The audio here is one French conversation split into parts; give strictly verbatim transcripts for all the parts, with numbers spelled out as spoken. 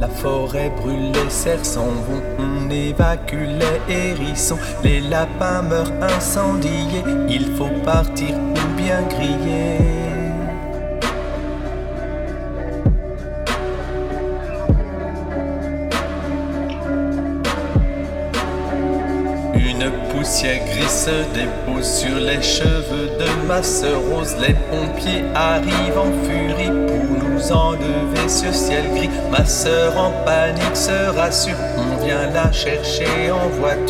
La forêt brûle, les cerfs s'en vont, on évacue les hérissons. Les lapins meurent incendiés, il faut partir ou bien griller. Une poussière grise se dépose sur les cheveux de ma sœur Rose. Les pompiers arrivent en furie pour nous enlever ce ciel gris. Ma sœur en panique se rassure, on vient la chercher en voiture.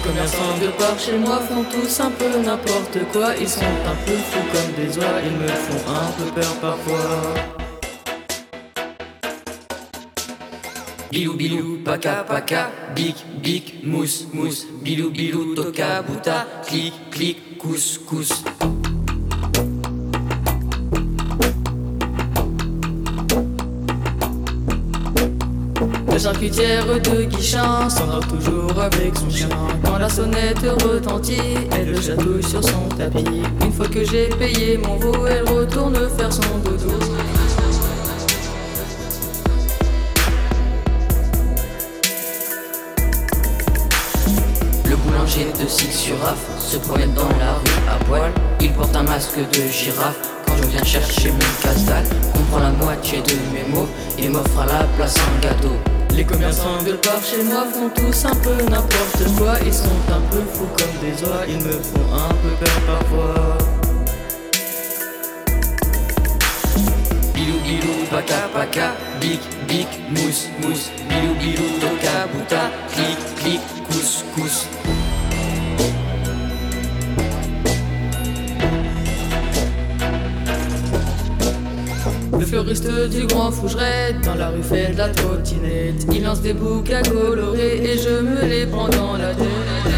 commerçants de par chez moi font tous un peu n'importe quoi. Ils sont un peu fous comme des oies, ils me font un peu peur parfois. Bilou bilou, paka paka, bic bic, mousse mousse, bilou bilou, toka bouta, clic clic, cous cous. La charcutière de Guichin s'endort toujours avec son chien. Quand la sonnette retentit, elle le chatouille sur son tapis. Une fois que j'ai payé mon veau, elle retourne faire son dodo. Le boulanger de Six sur Raf se promène dans la rue à poil. Il porte un masque de girafe. Quand je viens chercher mon casse-dalle, on prend la moitié de mes mots et m'offre à la place un gâteau. Les commerçants de par chez moi font tous un peu n'importe quoi. Ils sont un peu fous comme des oies, ils me font un peu peur parfois. Bilou bilou, paka paka, bic bic, mousse mousse, bilou bilou, toka bouta, clic clic, cous cous. Le fleuriste du Grand Fougerette dans la rue fait de la trottinette. Il lance des bouquets colorés et je me les prends dans la tête.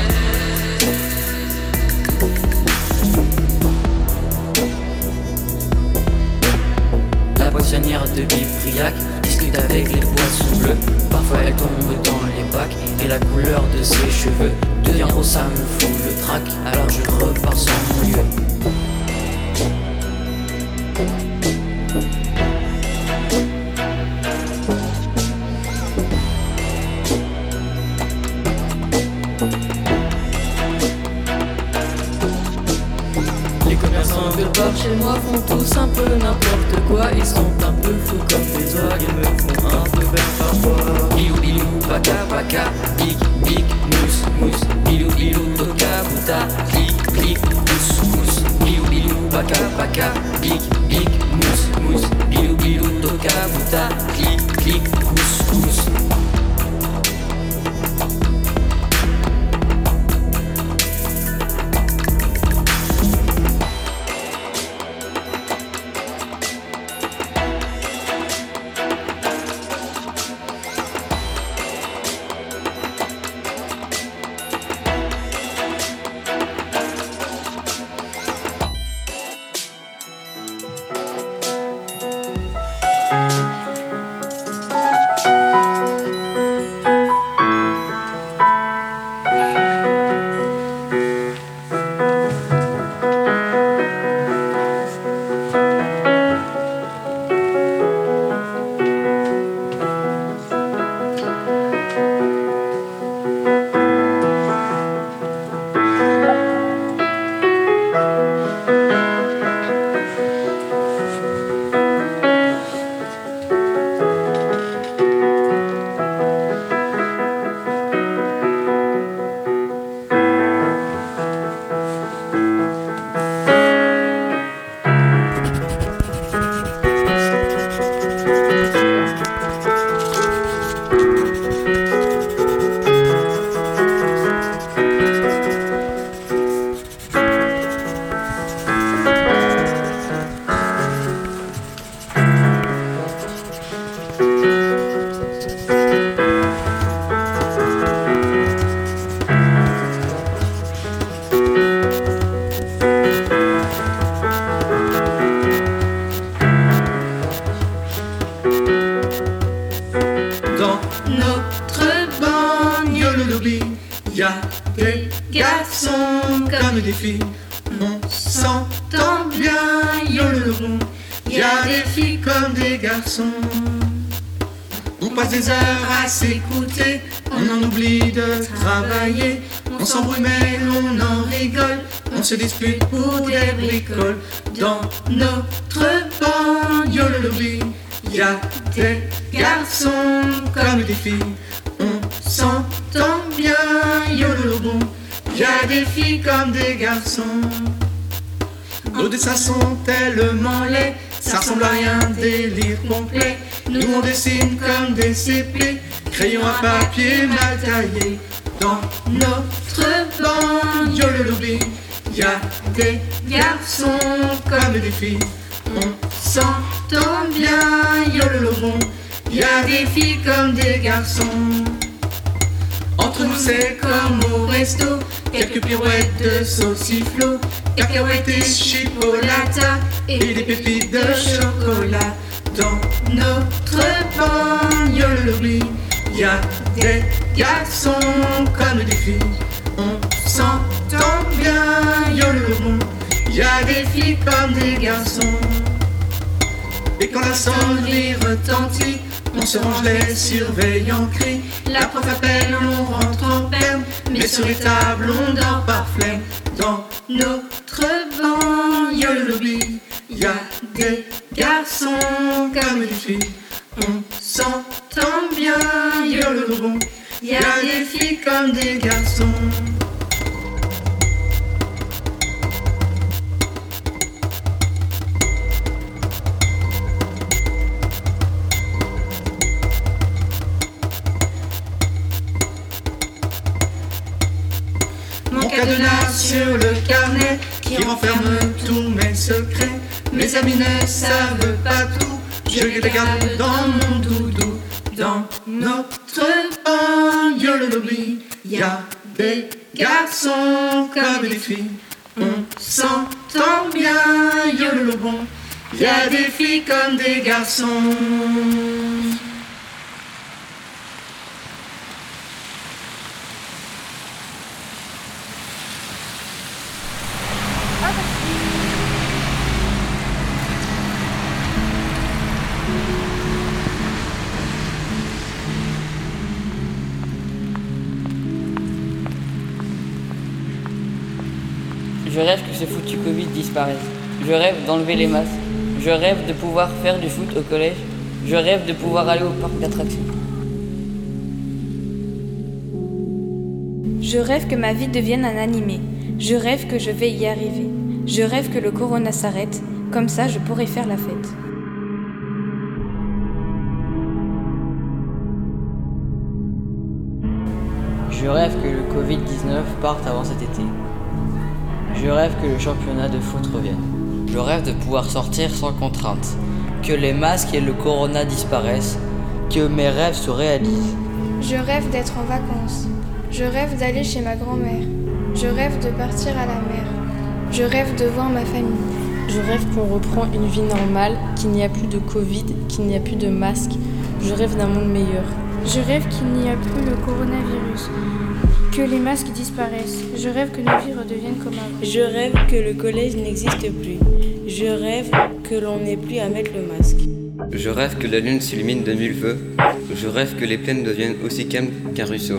La poissonnière de Bibriac discute avec les poissons bleus. Parfois elle tombe dans les bacs et la couleur de ses cheveux devient rose, ça me fout le trac. Alors je repars sans mon lieu. Les commerçants de par chez moi font tous un peu n'importe quoi. Ils sont un peu fous comme des oies, ils me font un peu peur parfois. Bilou bilou, paka paka, bic bic, mousse mousse, bilou bilou, toka bouta, clic clic, cous cous. Bilou bilou, paka paka, bic bic, mousse mousse, bilou bilou, toka bouta, clic clic, cous cous. Y a des garçons comme des filles, on s'entend bien, yololou. Y a des filles comme des garçons. On passe des heures à s'écouter, on en oublie de travailler. On s'embrouille mais on en rigole, on se dispute pour des bricoles. Dans notre bande, yololou, y a des garçons comme des filles, on s'entend bien, yololou. Y a des filles comme des garçons. Nos dessins sont tellement laids, ça ressemble à rien, délire complet. Nous on dessine comme des C P, crayon à papier mal taillé. Dans notre bande, Yololobi, y a des garçons comme des filles. On s'entend bien, Yololobon, y a des filles comme des garçons. Entre nous c'est comme au resto, quelques pirouettes de sauciflot, cacahuètes et chipolata et des pépites de chocolat. Dans notre bande, Yololobi, y a des garçons comme des filles. On s'entend bien, Yololobon, y a des filles comme des garçons. Et quand la sonnerie retentit, on se range, les surveillants crient. La prof appelle, on rentre en perme, mais sur les tables on dort par flemme. Dans notre banc, Yololobi, y a des garçons comme des filles. On s'entend bien, Yololobon, y a des filles comme des garçons. Mon cadenas sur le carnet qui renferme tous mes secrets. Mes amis ne savent pas tout, je les garde dans mon doudou. Dans notre banc, Yololobi, y a des garçons comme des filles. On s'entend bien, Yololobon, y a des filles comme des garçons. Je rêve que ce foutu Covid disparaisse. Je rêve d'enlever les masques. Je rêve de pouvoir faire du foot au collège. Je rêve de pouvoir aller au parc d'attractions. Je rêve que ma vie devienne un animé. Je rêve que je vais y arriver. Je rêve que le corona s'arrête. Comme ça, je pourrai faire la fête. Je rêve que le covid dix-neuf parte avant cet été. Je rêve que le championnat de foot revienne. Je rêve de pouvoir sortir sans contrainte. Que les masques et le corona disparaissent. Que mes rêves se réalisent. Je rêve d'être en vacances. Je rêve d'aller chez ma grand-mère. Je rêve de partir à la mer. Je rêve de voir ma famille. Je rêve qu'on reprend une vie normale, qu'il n'y a plus de Covid, qu'il n'y a plus de masques. Je rêve d'un monde meilleur. Je rêve qu'il n'y a plus le coronavirus, que les masques disparaissent. Je rêve que nos vies redeviennent comme avant. Je rêve que le collège n'existe plus. Je rêve que l'on n'ait plus à mettre le masque. Je rêve que la lune s'illumine de mille feux. Je rêve que les plaines deviennent aussi calmes qu'un ruisseau.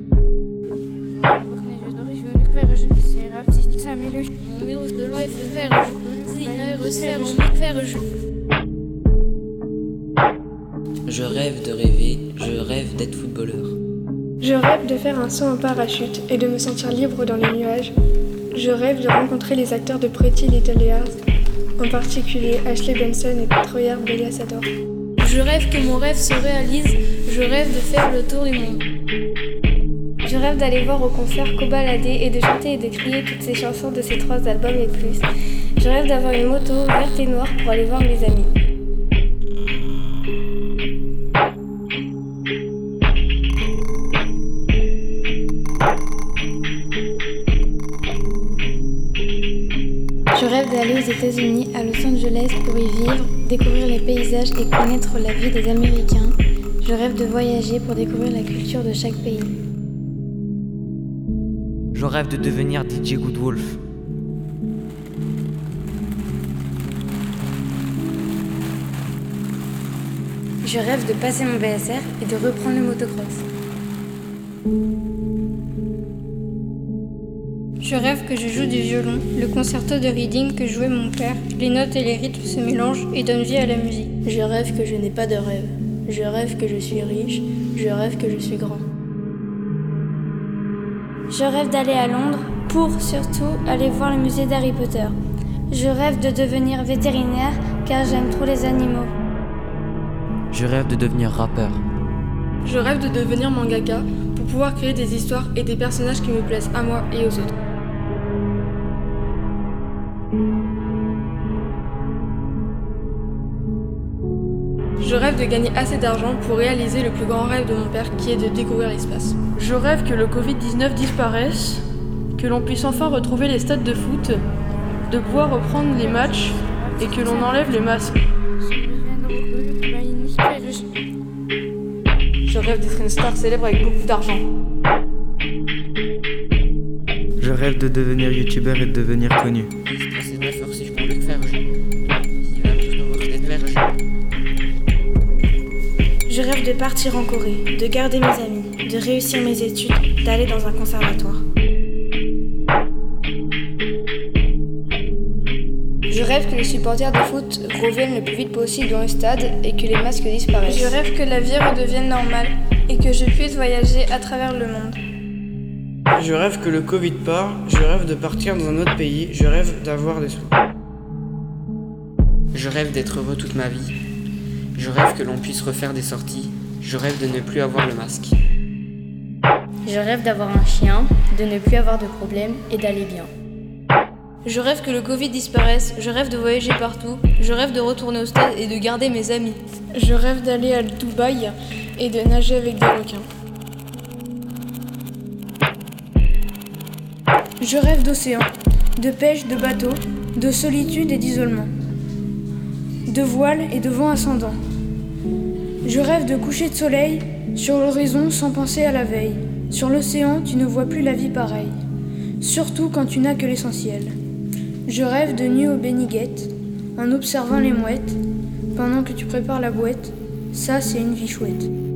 Je rêve de rêver, je rêve d'être footballeur. Je rêve de faire un saut en parachute et de me sentir libre dans les nuages. Je rêve de rencontrer les acteurs de Pretty Little Liars, en particulier Ashley Benson et Troyer Belliasador. Je rêve que mon rêve se réalise, je rêve de faire le tour du monde. Je rêve d'aller voir au concert Cobalader et de chanter et de crier toutes ces chansons de ces trois albums et plus. Je rêve d'avoir une moto verte et noire pour aller voir mes amis. Je rêve d'aller aux États-Unis, à Los Angeles, pour y vivre, découvrir les paysages et connaître la vie des Américains. Je rêve de voyager pour découvrir la culture de chaque pays. Je rêve de devenir D J Goodwolf. Je rêve de passer mon B S R et de reprendre le motocross. Je rêve que je joue du violon, le concerto de Reading que jouait mon père. Les notes et les rythmes se mélangent et donnent vie à la musique. Je rêve que je n'ai pas de rêve. Je rêve que je suis riche. Je rêve que je suis grand. Je rêve d'aller à Londres pour surtout aller voir le musée d'Harry Potter. Je rêve de devenir vétérinaire car j'aime trop les animaux. Je rêve de devenir rappeur. Je rêve de devenir mangaka pour pouvoir créer des histoires et des personnages qui me plaisent à moi et aux autres. Je rêve de gagner assez d'argent pour réaliser le plus grand rêve de mon père qui est de découvrir l'espace. Je rêve que le covid dix-neuf disparaisse, que l'on puisse enfin retrouver les stades de foot, de pouvoir reprendre les matchs et que l'on enlève les masques. Je rêve d'être une star célèbre avec beaucoup d'argent. Je rêve de devenir youtubeur et de devenir connu. Je rêve de partir en Corée, de garder mes amis, de réussir mes études, d'aller dans un conservatoire. Je rêve que les supporters de foot reviennent le plus vite possible dans le stade et que les masques disparaissent. Je rêve que la vie redevienne normale et que je puisse voyager à travers le monde. Je rêve que le Covid part, je rêve de partir dans un autre pays, je rêve d'avoir des sous. Je rêve d'être heureux toute ma vie. Je rêve que l'on puisse refaire des sorties. Je rêve de ne plus avoir le masque. Je rêve d'avoir un chien, de ne plus avoir de problème et d'aller bien. Je rêve que le Covid disparaisse, je rêve de voyager partout, je rêve de retourner au stade et de garder mes amis. Je rêve d'aller à Dubaï et de nager avec des requins. Je rêve d'océan, de pêche, de bateau, de solitude et d'isolement, de voile et de vent ascendant. Je rêve de coucher de soleil sur l'horizon sans penser à la veille. Sur l'océan, tu ne vois plus la vie pareille, surtout quand tu n'as que l'essentiel. Je rêve de nuit aux béniguettes, en observant les mouettes, pendant que tu prépares la boîte. Ça, c'est une vie chouette.